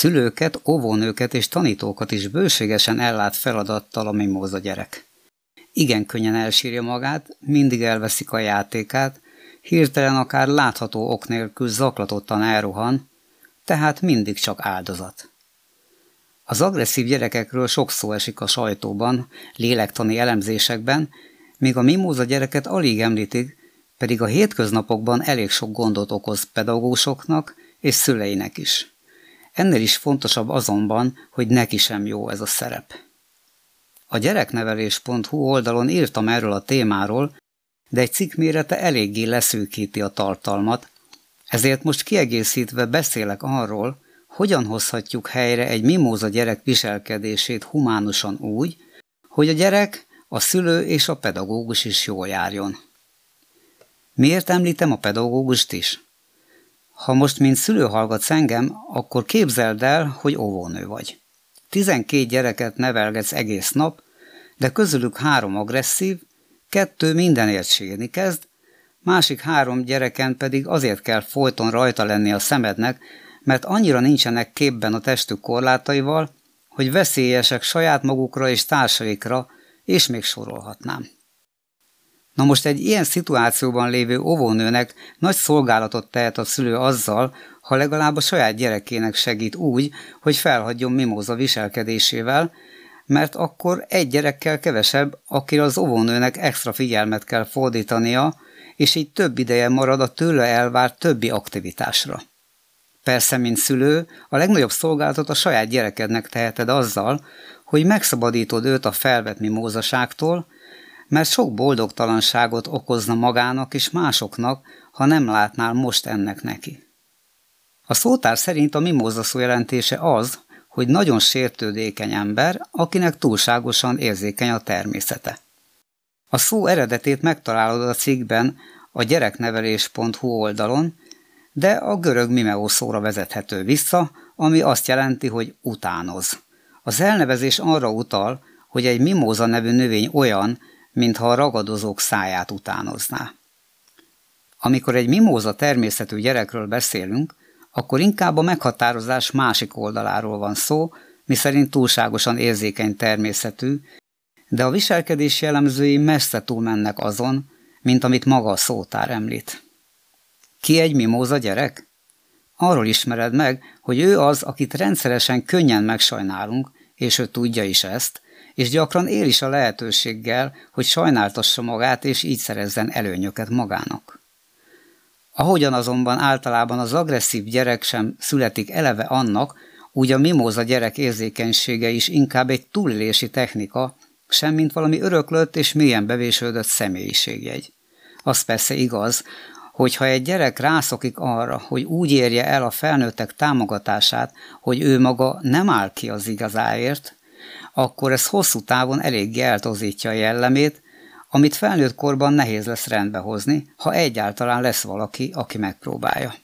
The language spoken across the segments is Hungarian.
Szülőket, óvónőket és tanítókat is bőségesen ellát feladattal a mimóza gyerek. Igen könnyen elsírja magát, mindig elveszik a játékát, hirtelen akár látható ok nélkül zaklatottan elrohan, tehát mindig csak áldozat. Az agresszív gyerekekről sok szó esik a sajtóban, lélektani elemzésekben, míg a mimóza gyereket alig említik, pedig a hétköznapokban elég sok gondot okoz pedagógusoknak és szüleinek is. Ennél is fontosabb azonban, hogy neki sem jó ez a szerep. A gyereknevelés.hu oldalon írtam erről a témáról, de egy cikk mérete eléggé leszűkíti a tartalmat, ezért most kiegészítve beszélek arról, hogyan hozhatjuk helyre egy mimóza gyerek viselkedését humánusan úgy, hogy a gyerek, a szülő és a pedagógus is jól járjon. Miért említem a pedagógust is? Ha most mint szülő hallgatsz engem, akkor képzeld el, hogy óvónő vagy. 12 gyereket nevelgetsz egész nap, de közülük 3 agresszív, 2 mindenért sírni kezd, másik 3 gyereken pedig azért kell folyton rajta lenni a szemednek, mert annyira nincsenek képben a testük korlátaival, hogy veszélyesek saját magukra és társaikra, és még sorolhatnám. Na most egy ilyen szituációban lévő óvónőnek nagy szolgálatot tehet a szülő azzal, ha legalább a saját gyerekének segít úgy, hogy felhagyjon mimóza viselkedésével, mert akkor egy gyerekkel kevesebb, akire az óvónőnek extra figyelmet kell fordítania, és így több ideje marad a tőle elvárt többi aktivitásra. Persze, mint szülő, a legnagyobb szolgálatot a saját gyerekednek teheted azzal, hogy megszabadítod őt a felvett mimózaságtól, mert sok boldogtalanságot okozna magának és másoknak, ha nem látnál most ennek neki. A szótár szerint a mimóza szó jelentése az, hogy nagyon sértődékeny ember, akinek túlságosan érzékeny a természete. A szó eredetét megtalálod a cikkben a gyereknevelés.hu oldalon, de a görög mimeo szóra vezethető vissza, ami azt jelenti, hogy utánoz. Az elnevezés arra utal, hogy egy mimóza nevű növény olyan, mintha a ragadozók száját utánozná. Amikor egy mimóza természetű gyerekről beszélünk, akkor inkább a meghatározás másik oldaláról van szó, miszerint túlságosan érzékeny természetű, de a viselkedés jellemzői messze túlmennek azon, mint amit maga a szótár említ. Ki egy mimóza gyerek? Arról ismered meg, hogy ő az, akit rendszeresen könnyen megsajnálunk, és ő tudja is ezt, és gyakran él is a lehetőséggel, hogy sajnáltassa magát, és így szerezzen előnyöket magának. Ahogyan azonban általában az agresszív gyerek sem születik eleve annak, úgy a mimóza gyerek érzékenysége is inkább egy túlélési technika, semmint valami öröklött és mélyen bevésődött személyiségjegy. Az persze igaz, hogy ha egy gyerek rászokik arra, hogy úgy érje el a felnőttek támogatását, hogy ő maga nem áll ki az igazáért, akkor ez hosszú távon eléggé eltorzítja a jellemét, amit felnőtt korban nehéz lesz rendbe hozni, ha egyáltalán lesz valaki, aki megpróbálja.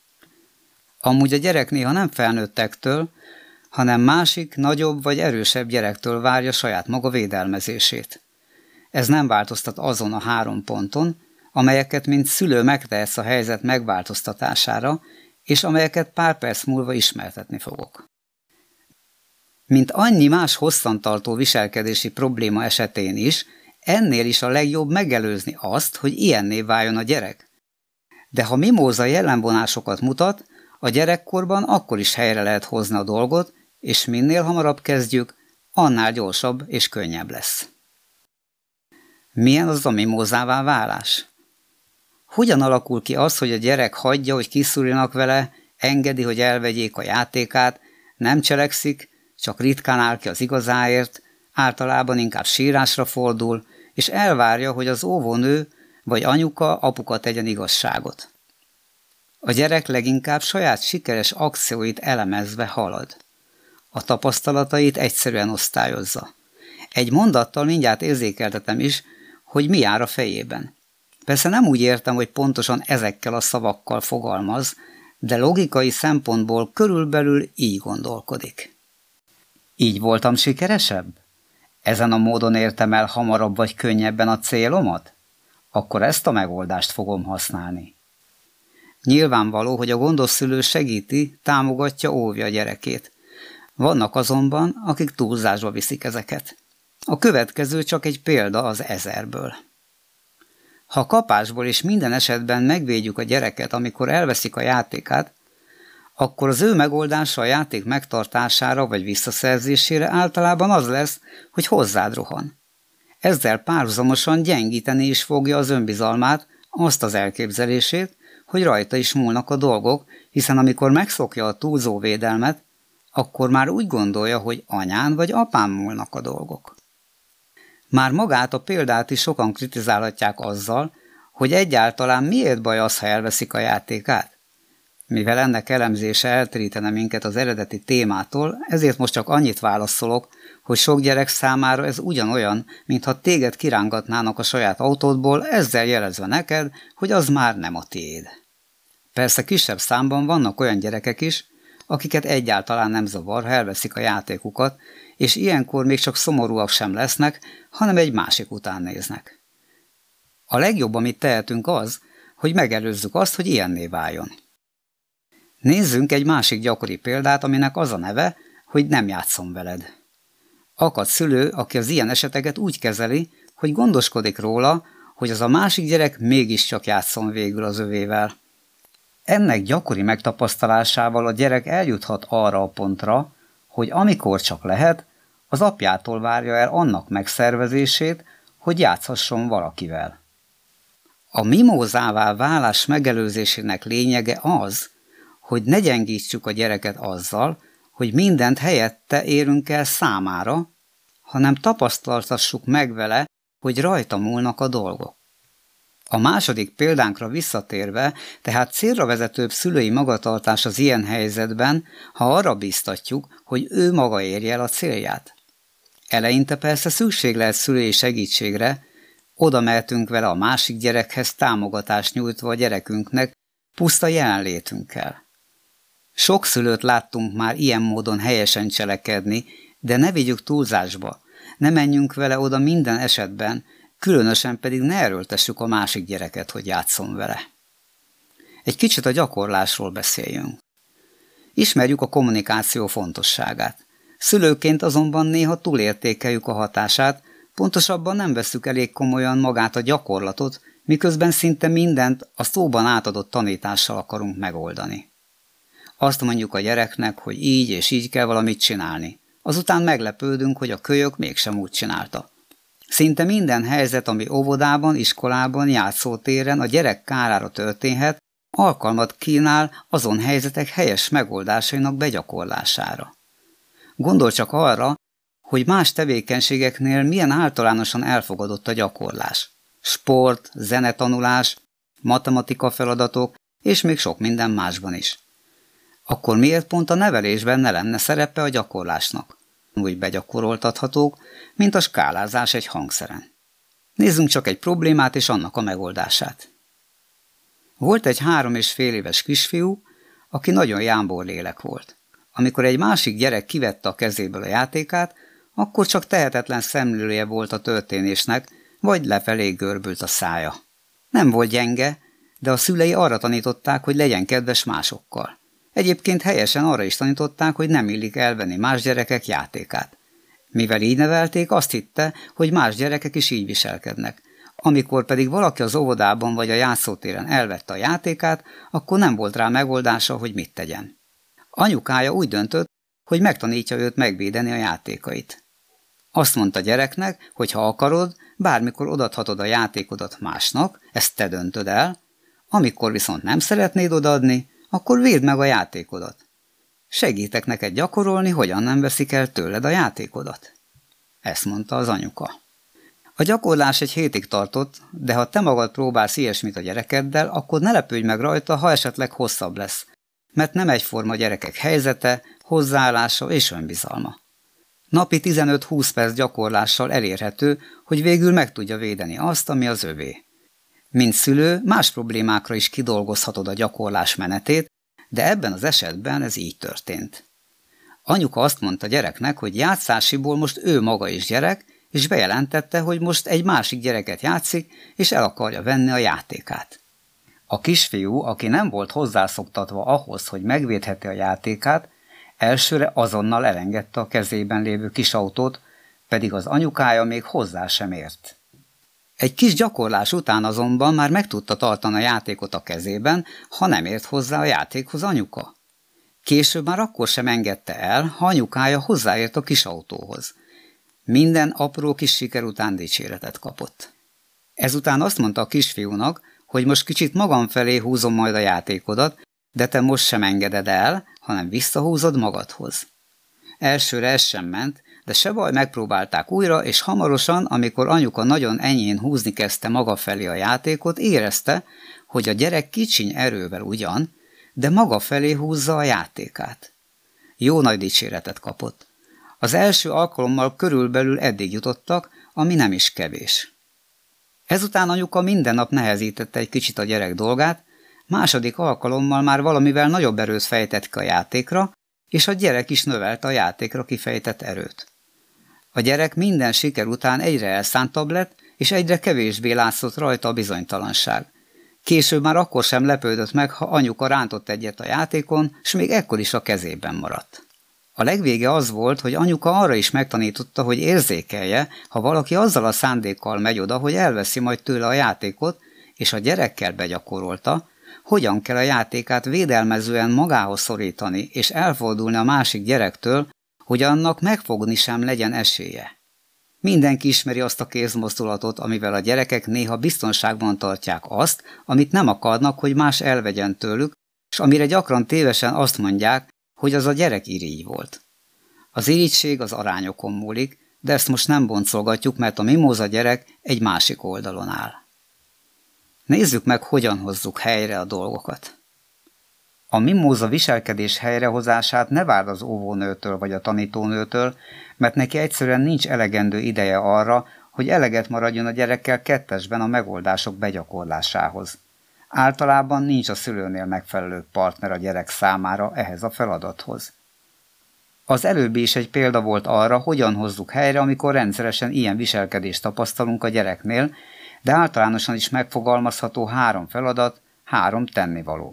Amúgy a gyerek néha nem felnőttektől, hanem másik, nagyobb vagy erősebb gyerektől várja saját maga védelmezését. Ez nem változtat azon a 3 ponton, amelyeket mint szülő megtehetsz a helyzet megváltoztatására, és amelyeket pár perc múlva ismertetni fogok. Mint annyi más hosszantartó viselkedési probléma esetén is, ennél is a legjobb megelőzni azt, hogy ilyenné váljon a gyerek. De ha mimóza jellemvonásokat mutat, a gyerekkorban akkor is helyre lehet hozni a dolgot, és minél hamarabb kezdjük, annál gyorsabb és könnyebb lesz. Milyen az a mimózává válás? Hogyan alakul ki az, hogy a gyerek hagyja, hogy kiszúrjanak vele, engedi, hogy elvegyék a játékát, nem cselekszik, csak ritkán áll ki az igazáért, általában inkább sírásra fordul, és elvárja, hogy az óvónő vagy anyuka, apuka tegyen igazságot. A gyerek leginkább saját sikeres akcióit elemezve halad. A tapasztalatait egyszerűen osztályozza. Egy mondattal mindjárt érzékeltetem is, hogy mi jár a fejében. Persze nem úgy értem, hogy pontosan ezekkel a szavakkal fogalmaz, de logikai szempontból körülbelül így gondolkodik. Így voltam sikeresebb? Ezen a módon értem el hamarabb vagy könnyebben a célomat? Akkor ezt a megoldást fogom használni. Nyilvánvaló, hogy a gondos szülő segíti, támogatja, óvja a gyerekét. Vannak azonban, akik túlzásba viszik ezeket. A következő csak egy példa az 1000-ből. Ha kapásból és minden esetben megvédjük a gyereket, amikor elveszik a játékát, akkor az ő megoldása a játék megtartására vagy visszaszerzésére általában az lesz, hogy hozzád rohan. Ezzel párhuzamosan gyengíteni is fogja az önbizalmát, azt az elképzelését, hogy rajta is múlnak a dolgok, hiszen amikor megszokja a túlzó védelmet, akkor már úgy gondolja, hogy anyán vagy apán múlnak a dolgok. Már magát a példát is sokan kritizálhatják azzal, hogy egyáltalán miért baj az, ha elveszik a játékát. Mivel ennek elemzése elterítene minket az eredeti témától, ezért most csak annyit válaszolok, hogy sok gyerek számára ez ugyanolyan, mintha téged kirángatnának a saját autódból, ezzel jelezve neked, hogy az már nem a tiéd. Persze kisebb számban vannak olyan gyerekek is, akiket egyáltalán nem zavar, ha elveszik a játékukat, és ilyenkor még csak szomorúak sem lesznek, hanem egy másik után néznek. A legjobb, amit tehetünk az, hogy megelőzzük azt, hogy ilyenné váljon. Nézzünk egy másik gyakori példát, aminek az a neve, hogy nem játszom veled. Akad szülő, aki az ilyen eseteket úgy kezeli, hogy gondoskodik róla, hogy az a másik gyerek mégiscsak játszon végül az övével. Ennek gyakori megtapasztalásával a gyerek eljuthat arra a pontra, hogy amikor csak lehet, az apjától várja el annak megszervezését, hogy játszhasson valakivel. A mimózává válás megelőzésének lényege az, hogy ne gyengítsük a gyereket azzal, hogy mindent helyette érünk el számára, hanem tapasztaltassuk meg vele, hogy rajta múlnak a dolgok. A második példánkra visszatérve, tehát célra vezetőbb szülői magatartás az ilyen helyzetben, ha arra bíztatjuk, hogy ő maga érje el a célját. Eleinte persze szükség lehet szülői segítségre, oda mehetünk vele a másik gyerekhez támogatást nyújtva a gyerekünknek, puszta jelenlétünkkel. Sok szülőt láttunk már ilyen módon helyesen cselekedni, de ne vigyük túlzásba, ne menjünk vele oda minden esetben, különösen pedig ne erőltessük a másik gyereket, hogy játsszon vele. Egy kicsit a gyakorlásról beszéljünk. Ismerjük a kommunikáció fontosságát. Szülőként azonban néha túlértékeljük a hatását, pontosabban nem vesszük elég komolyan magát a gyakorlatot, miközben szinte mindent a szóban átadott tanítással akarunk megoldani. Azt mondjuk a gyereknek, hogy így és így kell valamit csinálni. Azután meglepődünk, hogy a kölyök mégsem úgy csinálta. Szinte minden helyzet, ami óvodában, iskolában, játszótéren a gyerek kárára történhet, alkalmat kínál azon helyzetek helyes megoldásainak begyakorlására. Gondolj csak arra, hogy más tevékenységeknél milyen általánosan elfogadott a gyakorlás. Sport, zenetanulás, matematika feladatok, és még sok minden másban is. Akkor miért pont a nevelésben ne lenne szerepe a gyakorlásnak? Úgy begyakoroltathatók, mint a skálázás egy hangszeren. Nézzünk csak egy problémát és annak a megoldását. Volt egy 3,5 éves kisfiú, aki nagyon jámbor lélek volt. Amikor egy másik gyerek kivette a kezéből a játékát, akkor csak tehetetlen szemlélője volt a történésnek, vagy lefelé görbült a szája. Nem volt gyenge, de a szülei arra tanították, hogy legyen kedves másokkal. Egyébként helyesen arra is tanították, hogy nem illik elvenni más gyerekek játékát. Mivel így nevelték, azt hitte, hogy más gyerekek is így viselkednek. Amikor pedig valaki az óvodában vagy a játszótéren elvette a játékát, akkor nem volt rá megoldása, hogy mit tegyen. Anyukája úgy döntött, hogy megtanítja őt megvédeni a játékait. Azt mondta gyereknek, hogy ha akarod, bármikor odaadhatod a játékodat másnak, ezt te döntöd el, amikor viszont nem szeretnéd odaadni, akkor védd meg a játékodat. Segítek neked gyakorolni, hogyan nem veszik el tőled a játékodat. Ezt mondta az anyuka. A gyakorlás egy hétig tartott, de ha te magad próbálsz ilyesmit a gyerekeddel, akkor ne lepődj meg rajta, ha esetleg hosszabb lesz, mert nem egyforma gyerekek helyzete, hozzáállása és önbizalma. Napi 15-20 perc gyakorlással elérhető, hogy végül meg tudja védeni azt, ami az övé. Mint szülő, más problémákra is kidolgozhatod a gyakorlás menetét, de ebben az esetben ez így történt. Anyuka azt mondta gyereknek, hogy játszásiból most ő maga is gyerek, és bejelentette, hogy most egy másik gyereket játszik, és el akarja venni a játékát. A kisfiú, aki nem volt hozzászoktatva ahhoz, hogy megvédheti a játékát, elsőre azonnal elengedte a kezében lévő kis autót, pedig az anyukája még hozzá sem ért. Egy kis gyakorlás után azonban már meg tudta tartani a játékot a kezében, ha nem ért hozzá a játékhoz anyuka. Később már akkor sem engedte el, ha anyukája hozzáért a kis autóhoz. Minden apró kis siker után dicséretet kapott. Ezután azt mondta a kisfiúnak, hogy most kicsit magam felé húzom majd a játékodat, de te most sem engeded el, hanem visszahúzod magadhoz. Elsőre ez sem ment, de se baj, megpróbálták újra, és hamarosan, amikor anyuka nagyon enyhén húzni kezdte maga felé a játékot, érezte, hogy a gyerek kicsiny erővel ugyan, de maga felé húzza a játékát. Jó nagy dicséretet kapott. Az első alkalommal körülbelül eddig jutottak, ami nem is kevés. Ezután anyuka minden nap nehezítette egy kicsit a gyerek dolgát, második alkalommal már valamivel nagyobb erőt fejtett ki a játékra, és a gyerek is növelte a játékra kifejtett erőt. A gyerek minden siker után egyre elszántabb lett, és egyre kevésbé látszott rajta a bizonytalanság. Később már akkor sem lepődött meg, ha anyuka rántott egyet a játékon, s még ekkor is a kezében maradt. A legvége az volt, hogy anyuka arra is megtanította, hogy érzékelje, ha valaki azzal a szándékkal megy oda, hogy elveszi majd tőle a játékot, és a gyerekkel begyakorolta, hogyan kell a játékát védelmezően magához szorítani, és elfordulni a másik gyerektől, hogy annak megfogni sem legyen esélye. Mindenki ismeri azt a kézmozdulatot, amivel a gyerekek néha biztonságban tartják azt, amit nem akarnak, hogy más elvegyen tőlük, és amire gyakran tévesen azt mondják, hogy az a gyerek irigy volt. Az irigység az arányokon múlik, de ezt most nem boncolgatjuk, mert a mimóza gyerek egy másik oldalon áll. Nézzük meg, hogyan hozzuk helyre a dolgokat. A mimóza viselkedés helyrehozását ne várd az óvónőtől vagy a tanítónőtől, mert neki egyszerűen nincs elegendő ideje arra, hogy eleget maradjon a gyerekkel kettesben a megoldások begyakorlásához. Általában nincs a szülőnél megfelelő partner a gyerek számára ehhez a feladathoz. Az előbbi is egy példa volt arra, hogyan hozzuk helyre, amikor rendszeresen ilyen viselkedést tapasztalunk a gyereknél, de általánosan is megfogalmazható 3 feladat, 3 tennivaló.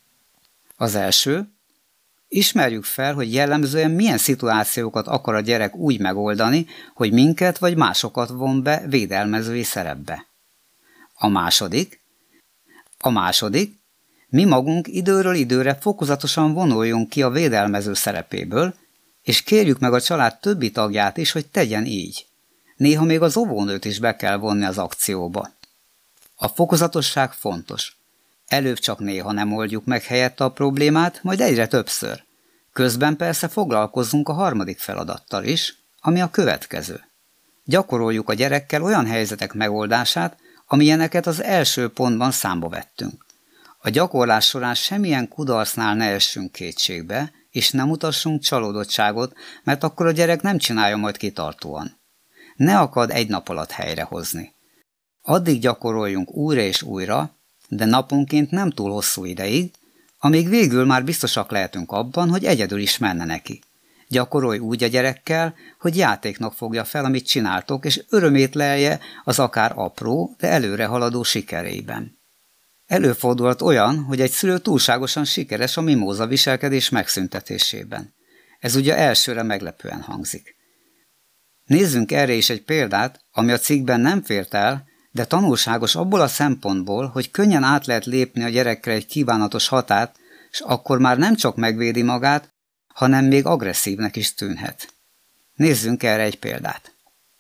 Az első, ismerjük fel, hogy jellemzően milyen szituációkat akar a gyerek úgy megoldani, hogy minket vagy másokat von be védelmezői szerepbe. A második, mi magunk időről időre fokozatosan vonuljunk ki a védelmező szerepéből, és kérjük meg a család többi tagját is, hogy tegyen így. Néha még az óvónőt is be kell vonni az akcióba. A fokozatosság fontos. Előbb csak néha nem oldjuk meg helyette a problémát, majd egyre többször. Közben persze foglalkozzunk a harmadik feladattal is, ami a következő. Gyakoroljuk a gyerekkel olyan helyzetek megoldását, amilyeneket az első pontban számba vettünk. A gyakorlás során semmilyen kudarcnál ne essünk kétségbe, és nem mutassunk csalódottságot, mert akkor a gyerek nem csinálja majd kitartóan. Ne akad egy nap alatt helyrehozni. Addig gyakoroljunk újra és újra, de naponként nem túl hosszú ideig, amíg végül már biztosak lehetünk abban, hogy egyedül is menne neki. Gyakorolj úgy a gyerekkel, hogy játéknak fogja fel, amit csináltok, és örömét lelje az akár apró, de előre haladó sikereiben. Előfordulhat olyan, hogy egy szülő túlságosan sikeres a mimóza viselkedés megszüntetésében. Ez ugye elsőre meglepően hangzik. Nézzünk erre is egy példát, ami a cikkben nem fért el, de tanulságos abból a szempontból, hogy könnyen át lehet lépni a gyerekre egy kívánatos határt, és akkor már nem csak megvédi magát, hanem még agresszívnek is tűnhet. Nézzünk erre egy példát.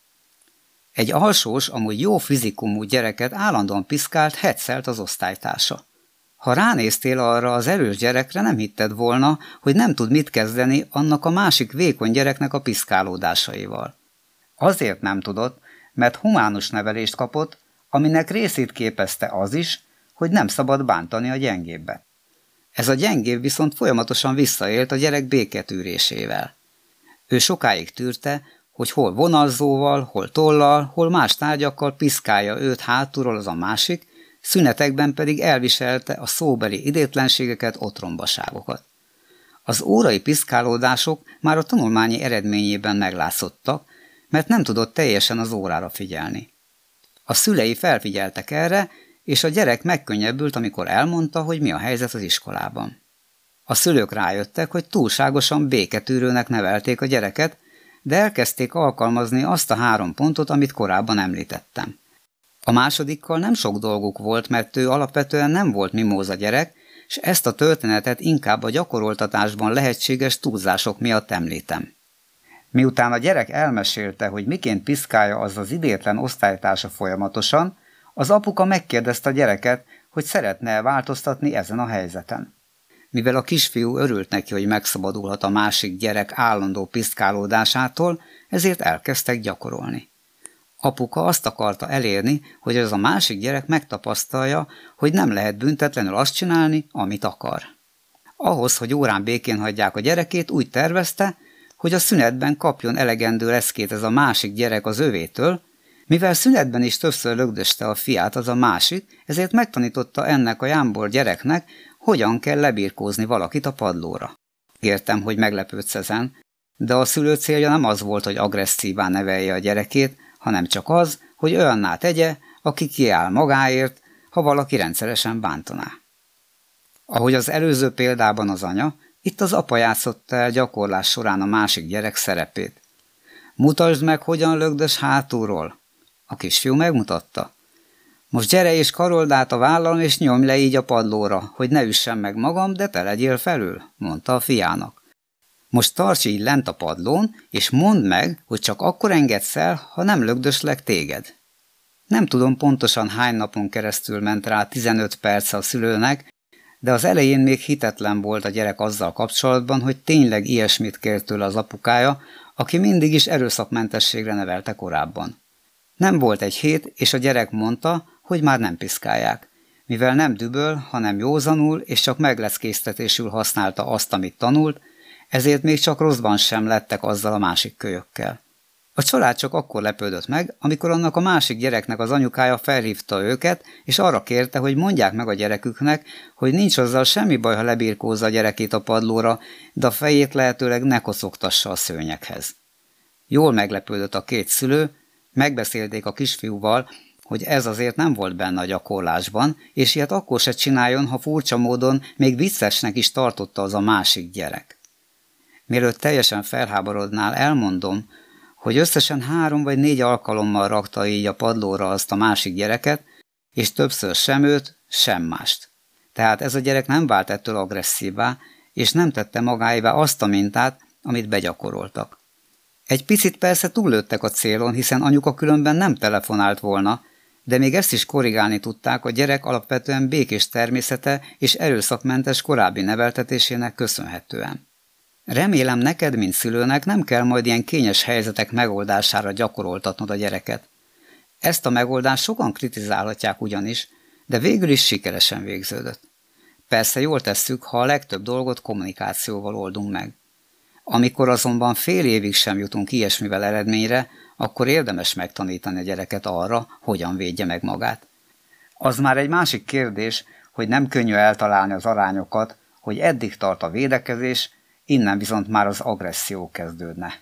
Egy alsós, amúgy jó fizikumú gyereket állandóan piszkált, hetszelt az osztálytársa. Ha ránéztél arra az erős gyerekre, nem hitted volna, hogy nem tud mit kezdeni annak a másik vékony gyereknek a piszkálódásaival. Azért nem tudott, mert humánus nevelést kapott, aminek részét képezte az is, hogy nem szabad bántani a gyengébbet. Ez a gyengébb viszont folyamatosan visszaélt a gyerek béketűrésével. Ő sokáig tűrte, hogy hol vonalzóval, hol tollal, hol más tárgyakkal piszkálja őt hátulról az a másik, szünetekben pedig elviselte a szóbeli idétlenségeket, otrombaságokat. Az órai piszkálódások már a tanulmányi eredményében meglátszottak, mert nem tudott teljesen az órára figyelni. A szülei felfigyeltek erre, és a gyerek megkönnyebbült, amikor elmondta, hogy mi a helyzet az iskolában. A szülők rájöttek, hogy túlságosan béketűrőnek nevelték a gyereket, de elkezdték alkalmazni azt a 3 pontot, amit korábban említettem. A másodikkal nem sok dolguk volt, mert ő alapvetően nem volt mimóza gyerek, és ezt a történetet inkább a gyakoroltatásban lehetséges túlzások miatt említem. Miután a gyerek elmesélte, hogy miként piszkálja az az idétlen osztálytársa folyamatosan, az apuka megkérdezte a gyereket, hogy szeretne változtatni ezen a helyzeten. Mivel a kisfiú örült neki, hogy megszabadulhat a másik gyerek állandó piszkálódásától, ezért elkezdtek gyakorolni. Apuka azt akarta elérni, hogy az a másik gyerek megtapasztalja, hogy nem lehet büntetlenül azt csinálni, amit akar. Ahhoz, hogy órán békén hagyják a gyerekét, úgy tervezte, hogy a szünetben kapjon elegendő leszkét ez a másik gyerek az övétől, mivel szünetben is többször lögdöste a fiát az a másik, ezért megtanította ennek a jámbor gyereknek, hogyan kell lebirkózni valakit a padlóra. Értem, hogy meglepődsz ezen, de a szülő célja nem az volt, hogy agresszíván nevelje a gyerekét, hanem csak az, hogy olyanná tegye, aki kiáll magáért, ha valaki rendszeresen bántaná. Ahogy az előző példában az anya, itt az apa játszotta el gyakorlás során a másik gyerek szerepét. Mutasd meg, hogyan lögdös hátulról. A kisfiú megmutatta. Most gyere és karold át a vállam, és nyomj le így a padlóra, hogy ne üssem meg magam, de te legyél felül, mondta a fiának. Most tarts így lent a padlón, és mondd meg, hogy csak akkor engedsz el, ha nem lögdöslek téged. Nem tudom pontosan hány napon keresztül ment rá 15 perc a szülőnek, de az elején még hitetlen volt a gyerek azzal kapcsolatban, hogy tényleg ilyesmit kért tőle az apukája, aki mindig is erőszakmentességre nevelte korábban. Nem volt egy hét, és a gyerek mondta, hogy már nem piszkálják, mivel nem düböl, hanem józanul, és csak megleckéztetésül használta azt, amit tanult, ezért még csak rosszban sem lettek azzal a másik kölyökkel. A család csak akkor lepődött meg, amikor annak a másik gyereknek az anyukája felhívta őket, és arra kérte, hogy mondják meg a gyereküknek, hogy nincs azzal semmi baj, ha lebirkózza a gyerekét a padlóra, de a fejét lehetőleg ne kocogtassa a szőnyeghez. Jól meglepődött a 2 szülő, megbeszélték a kisfiúval, hogy ez azért nem volt benne a gyakorlásban, és ilyet akkor se csináljon, ha furcsa módon még viccesnek is tartotta az a másik gyerek. Mielőtt teljesen felháborodnál, elmondom, hogy összesen 3 vagy 4 alkalommal rakta így a padlóra azt a másik gyereket, és többször sem őt, sem mást. Tehát ez a gyerek nem vált ettől agresszívvá, és nem tette magáévá azt a mintát, amit begyakoroltak. Egy picit persze túllőttek a célon, hiszen anyuka különben nem telefonált volna, de még ezt is korrigálni tudták a gyerek alapvetően békés természete és erőszakmentes korábbi neveltetésének köszönhetően. Remélem neked, mint szülőnek nem kell majd ilyen kényes helyzetek megoldására gyakoroltatnod a gyereket. Ezt a megoldást sokan kritizálhatják ugyanis, de végül is sikeresen végződött. Persze jól tesszük, ha a legtöbb dolgot kommunikációval oldunk meg. Amikor azonban fél évig sem jutunk ilyesmivel eredményre, akkor érdemes megtanítani a gyereket arra, hogyan védje meg magát. Az már egy másik kérdés, hogy nem könnyű eltalálni az arányokat, hogy eddig tart a védekezés, innen viszont már az agresszió kezdődne.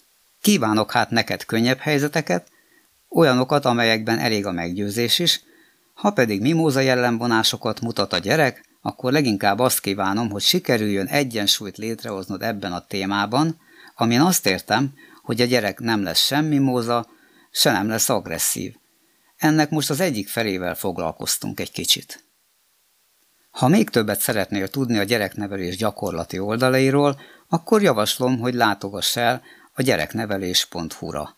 Kívánok hát neked könnyebb helyzeteket, olyanokat, amelyekben elég a meggyőzés is, ha pedig mimóza jellemvonásokat mutat a gyerek, akkor leginkább azt kívánom, hogy sikerüljön egyensúlyt létrehoznod ebben a témában, amin azt értem, hogy a gyerek nem lesz sem mimóza, se nem lesz agresszív. Ennek most az egyik felével foglalkoztunk egy kicsit. Ha még többet szeretnél tudni a gyereknevelés gyakorlati oldalairól, akkor javaslom, hogy látogass el a gyereknevelés.hu-ra.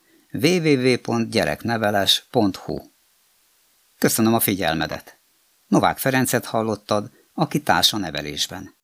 www.gyerekneveles.hu. Köszönöm a figyelmedet! Novák Ferencet hallottad, aki társ a nevelésben.